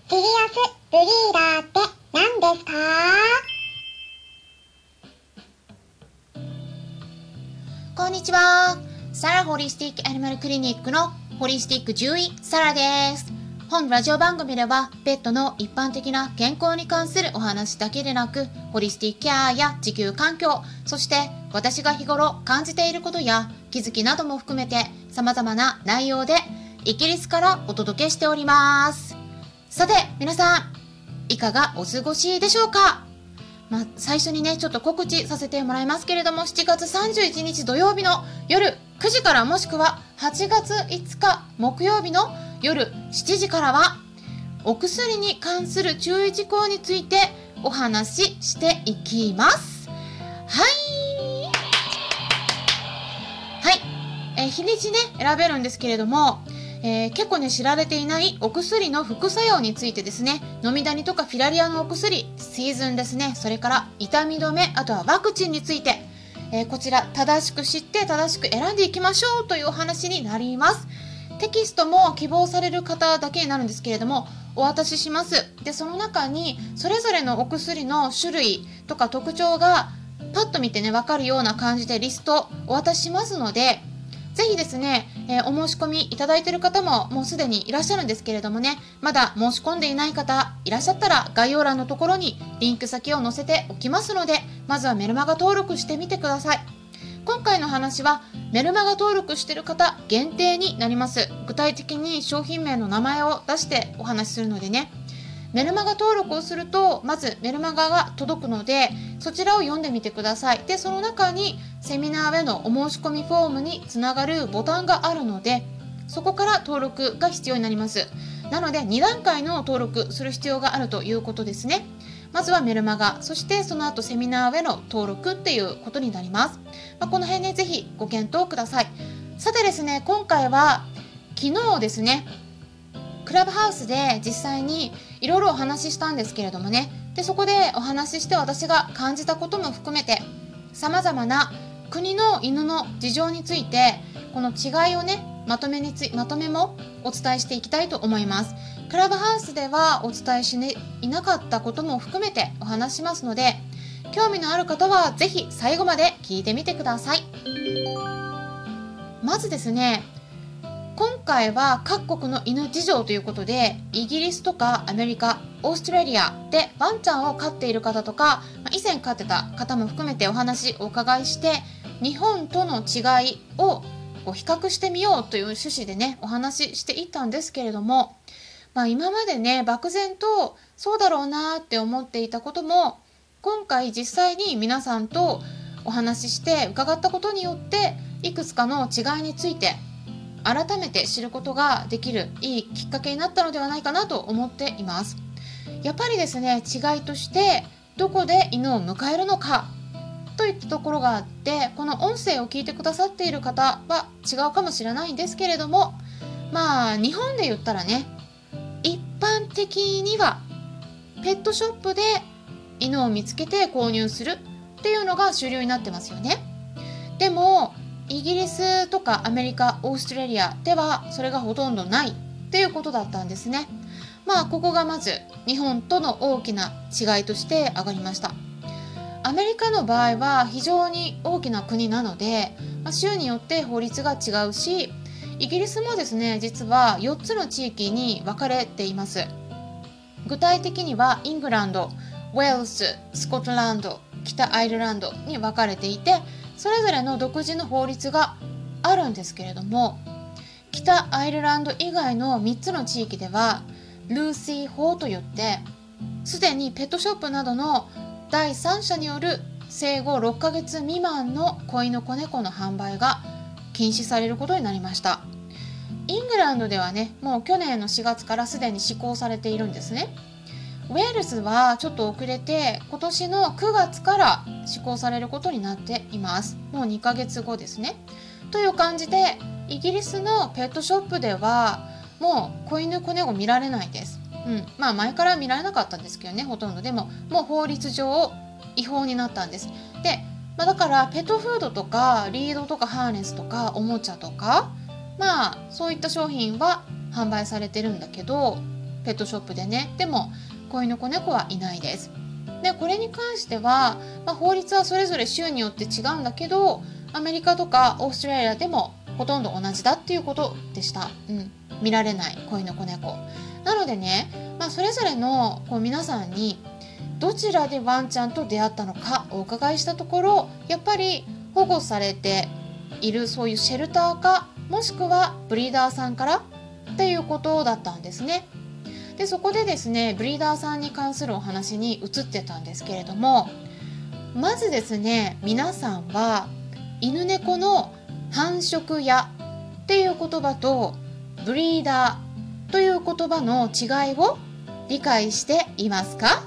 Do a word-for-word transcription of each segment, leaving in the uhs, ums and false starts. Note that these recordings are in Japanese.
シリアスブリーダーって何ですか？ こんにちは。サラホリスティックアニマルクリニックのホリスティック獣医サラです。本ラジオ番組ではペットの一般的な健康に関するお話だけでなく、ホリスティックケアや地球環境、そして私が日頃感じていることや気づきなども含めて様々な内容でイギリスからお届けしております。さて皆さん、いかがお過ごしでしょうか？まあ、最初にねちょっと告知させてもらいますけれども、しちがつさんじゅういちにち土曜日の夜くじから、もしくははちがついつか木曜日の夜しちじからはお薬に関する注意事項についてお話ししていきます。はいはい、えー、日にちね選べるんですけれども、えー、結構ね知られていないお薬の副作用についてですね、飲みダニとかフィラリアのお薬、シーズンですね、それから痛み止め、あとはワクチンについて、えー、こちら正しく知って正しく選んでいきましょうというお話になります。テキストも希望される方だけになるんですけれどもお渡しします。でその中にそれぞれのお薬の種類とか特徴がパッと見てね分かるような感じでリストお渡ししますので、ぜひですね、えー、お申し込みいただいている方ももうすでにいらっしゃるんですけれどもね、まだ申し込んでいない方いらっしゃったら概要欄のところにリンク先を載せておきますので、まずはメルマガ登録してみてください。今回の話はメルマガ登録している方限定になります。具体的に商品名の名前を出してお話しするのでね、メルマガ登録をするとまずメルマガが届くので、そちらを読んでみてください。でその中にセミナーへのお申し込みフォームにつながるボタンがあるので、そこから登録が必要になります。なのでにだんかいの登録する必要があるということですね。まずはメルマガ、そしてその後セミナーへの登録っていうことになります。まあ、この辺ねぜひご検討ください。さてですね、今回は昨日ですねクラブハウスで実際にいろいろお話ししたんですけれどもね、でそこでお話しして私が感じたことも含めて様々な国の犬の事情についてこの違いをねまとめについまとめもお伝えしていきたいと思います。クラブハウスではお伝えし、ね、いなかったことも含めてお話しますので、興味のある方はぜひ最後まで聞いてみてください。まずですね、今回は各国の犬事情ということで、イギリスとかアメリカ、オーストラリアでワンちゃんを飼っている方とか、以前飼ってた方も含めてお話をお伺いして、日本との違いをこう比較してみようという趣旨でねお話ししていったんですけれども、まあ、今までね漠然とそうだろうなって思っていたことも、今回実際に皆さんとお話しして伺ったことによって、いくつかの違いについて改めて知ることができるいいきっかけになったのではないかなと思っています。やっぱりですね、違いとしてどこで犬を迎えるのかといったところがあって、この音声を聞いてくださっている方は違うかもしれないんですけれども、まあ日本で言ったらね、一般的にはペットショップで犬を見つけて購入するっていうのが主流になってますよね。でもイギリスとかアメリカ、オーストラリアではそれがほとんどないっていうことだったんですね。まあここがまず日本との大きな違いとして挙がりました。アメリカの場合は非常に大きな国なので、まあ、州によって法律が違うし、イギリスもですね実はよっつの地域に分かれています。具体的にはイングランド、ウェールズ、スコットランド、北アイルランドに分かれていて、それぞれの独自の法律があるんですけれども、北アイルランド以外のみっつの地域ではルーシー法といってすでにペットショップなどの第三者による生後ろっかげつ未満の子犬子猫の販売が禁止されることになりました。イングランドではねもう去年のしがつからすでに施行されているんですね。ウェールズはちょっと遅れて今年のくがつから施行されることになっています。もうにかげつごですね。という感じでイギリスのペットショップではもう子犬子猫見られないです。うん、まあ前から見られなかったんですけどね、ほとんど。でももう法律上違法になったんです。で、まあ、だからペットフードとかリードとかハーネスとかおもちゃとか、まあそういった商品は販売されてるんだけど、 ペットショップでね。でも子犬子猫はいないです。でこれに関しては、まあ、法律はそれぞれ州によって違うんだけど、アメリカとかオーストラリアでもほとんど同じだっていうことでした。うん、見られない子犬子猫なのでね、まあ、それぞれのこう皆さんにどちらでワンちゃんと出会ったのかお伺いしたところ、やっぱり保護されているそういうシェルターか、もしくはブリーダーさんからっていうことだったんですね。でそこでですね、ブリーダーさんに関するお話に移ってたんですけれども、まずですね、皆さんは犬猫の繁殖屋っていう言葉とブリーダーという言葉の違いを理解していますか？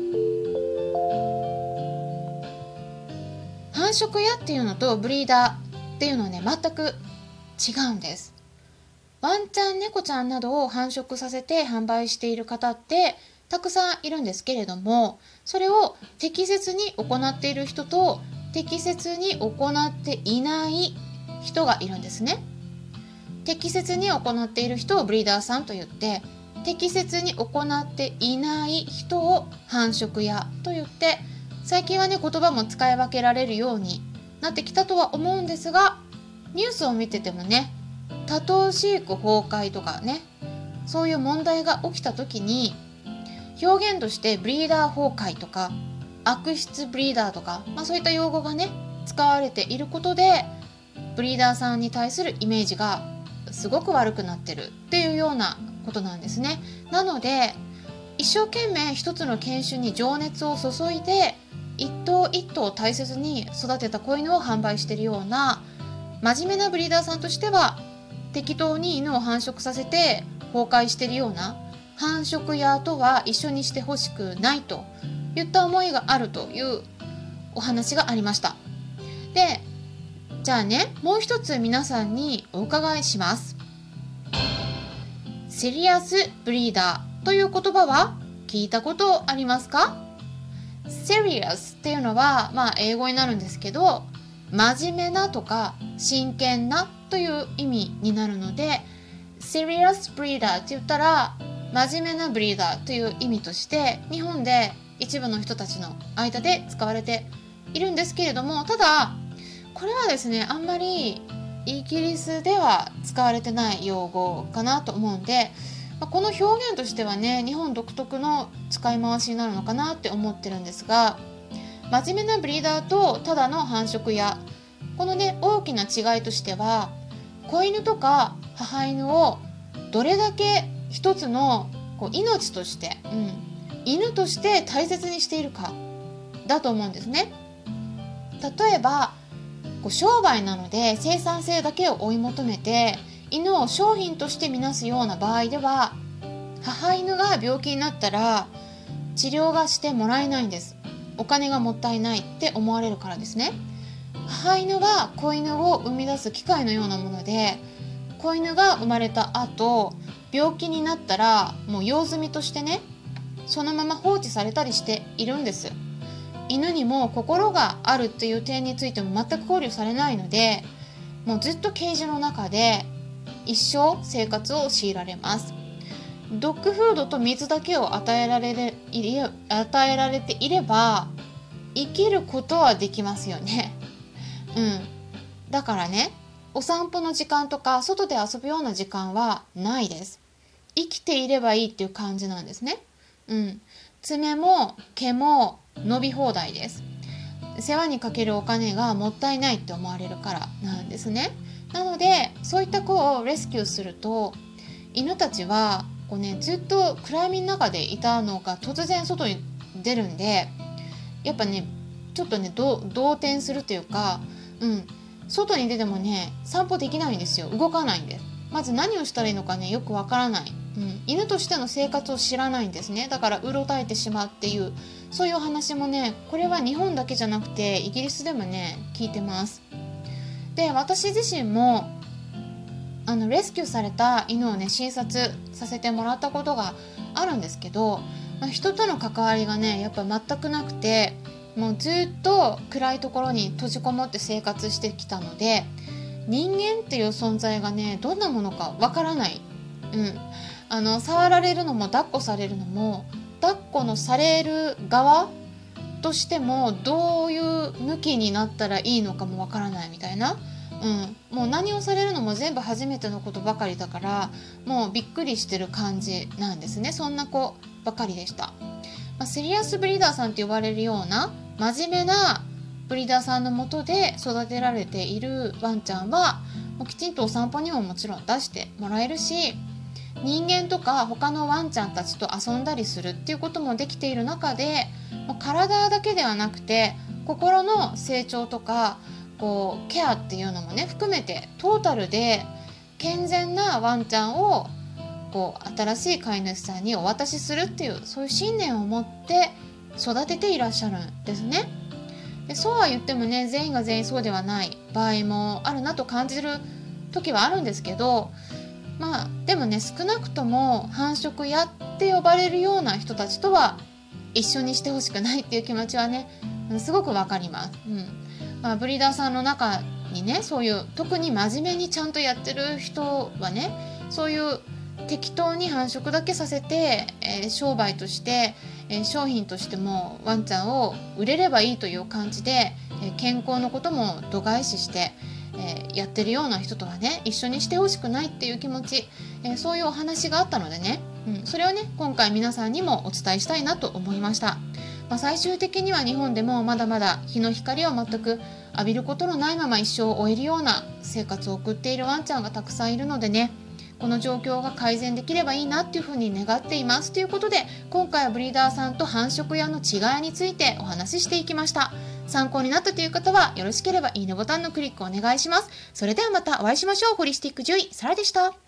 繁殖屋っていうのとブリーダーっていうのはね、全く違うんです。ワンちゃん猫ちゃんなどを繁殖させて販売している方ってたくさんいるんですけれども、それを適切に行っている人と適切に行っていない人がいるんですね。適切に行っている人をブリーダーさんと言って、適切に行っていない人を繁殖屋と言って、最近はね言葉も使い分けられるようになってきたとは思うんですが、ニュースを見ててもね、多頭飼育崩壊とかね、そういう問題が起きた時に表現としてブリーダー崩壊とか悪質ブリーダーとか、まあ、そういった用語がね使われていることで、ブリーダーさんに対するイメージがすごく悪くなってるっていうようなことなんですね。なので一生懸命一つの犬種に情熱を注いで一頭一頭大切に育てた子犬を販売しているような真面目なブリーダーさんとしては、適当に犬を繁殖させて崩壊しているような繁殖屋とは一緒にしてほしくないといった思いがあるというお話がありました。で、じゃあね、もう一つ皆さんにお伺いします。シリアスブリーダーという言葉は聞いたことありますか？ Serious っていうのは、まあ、英語になるんですけど、真面目なとか真剣なという意味になるので、 Serious Breeder って言ったら真面目なブリーダーという意味として日本で一部の人たちの間で使われているんですけれども、ただこれはですね、あんまりイギリスでは使われてない用語かなと思うんで、この表現としてはね、日本独特の使い回しになるのかなって思ってるんですが、真面目なブリーダーとただの繁殖屋、このね大きな違いとしては、子犬とか母犬をどれだけ一つのこう命として、うん、犬として大切にしているかだと思うんですね。例えばこう商売なので生産性だけを追い求めて犬を商品として見なすような場合では、母犬が病気になったら治療がしてもらえないんです。お金がもったいないって思われるからですね。母犬は子犬を生み出す機械のようなもので、子犬が生まれた後病気になったらもう用済みとしてね、そのまま放置されたりしているんです。犬にも心があるっていう点についても全く考慮されないので、もうずっとケージの中で一生生活を強いられます。ドッグフードと水だけを与えられれ与えられていれば生きることはできますよね。うん。だからね、お散歩の時間とか外で遊ぶような時間はないです。生きていればいいっていう感じなんですね。うん。爪も毛も伸び放題です。世話にかけるお金がもったいないって思われるからなんですね。なのでそういった子をレスキューすると、犬たちはこう、ね、ずっと暗闇の中でいたのが突然外に出るんで、やっぱねちょっとね動転するというか、うん、外に出てもね散歩できないんですよ。動かないんです。まず何をしたらいいのかねよくわからない、うん、犬としての生活を知らないんですね。だからうろたえてしまうっていう、そういうお話もね、これは日本だけじゃなくてイギリスでもね聞いてます。で、私自身もあのレスキューされた犬をね診察させてもらったことがあるんですけど、まあ、人との関わりがねやっぱ全くなくて、もうずっと暗いところに閉じこもって生活してきたので、人間っていう存在がねどんなものかわからない、うん、 あの触られるのも抱っこされるのも、抱っこのされる側としてもどういう向きになったらいいのかもわからないみたいな、うん、もう何をされるのも全部初めてのことばかりだから、もうびっくりしてる感じなんですね。そんな子ばかりでした。まあ、セリアスブリーダーさんって呼ばれるような真面目なブリーダーさんの下で育てられているワンちゃんは、もうきちんとお散歩にももちろん出してもらえるし、人間とか他のワンちゃんたちと遊んだりするっていうこともできている中で、体だけではなくて心の成長とかこうケアっていうのもね含めて、トータルで健全なワンちゃんをこう新しい飼い主さんにお渡しするっていう、そういう信念を持って育てていらっしゃるんですね。でそうは言ってもね、全員が全員そうではない場合もあるなと感じる時はあるんですけど、まあでもね、少なくとも繁殖屋って呼ばれるような人たちとは一緒にしてほしくないっていう気持ちはね、すごくわかります。うんまあ、ブリーダーさんの中にね、そういう特に真面目にちゃんとやってる人はね、そういう適当に繁殖だけさせて、えー、商売として、えー、商品としてもワンちゃんを売れればいいという感じで、えー、健康のことも度外視して、えー、やってるような人とはね、一緒にしてほしくないっていう気持ち、えー、そういうお話があったのでね、うん、それをね今回皆さんにもお伝えしたいなと思いました。まあ、最終的には日本でもまだまだ日の光を全く浴びることのないまま一生を終えるような生活を送っているワンちゃんがたくさんいるのでね、この状況が改善できればいいなっていうふうに願っていますということで、今回はブリーダーさんと繁殖屋の違いについてお話ししていきました。参考になったという方はよろしければいいねボタンのクリックお願いします。それではまたお会いしましょう。ホリスティック獣医サラでした。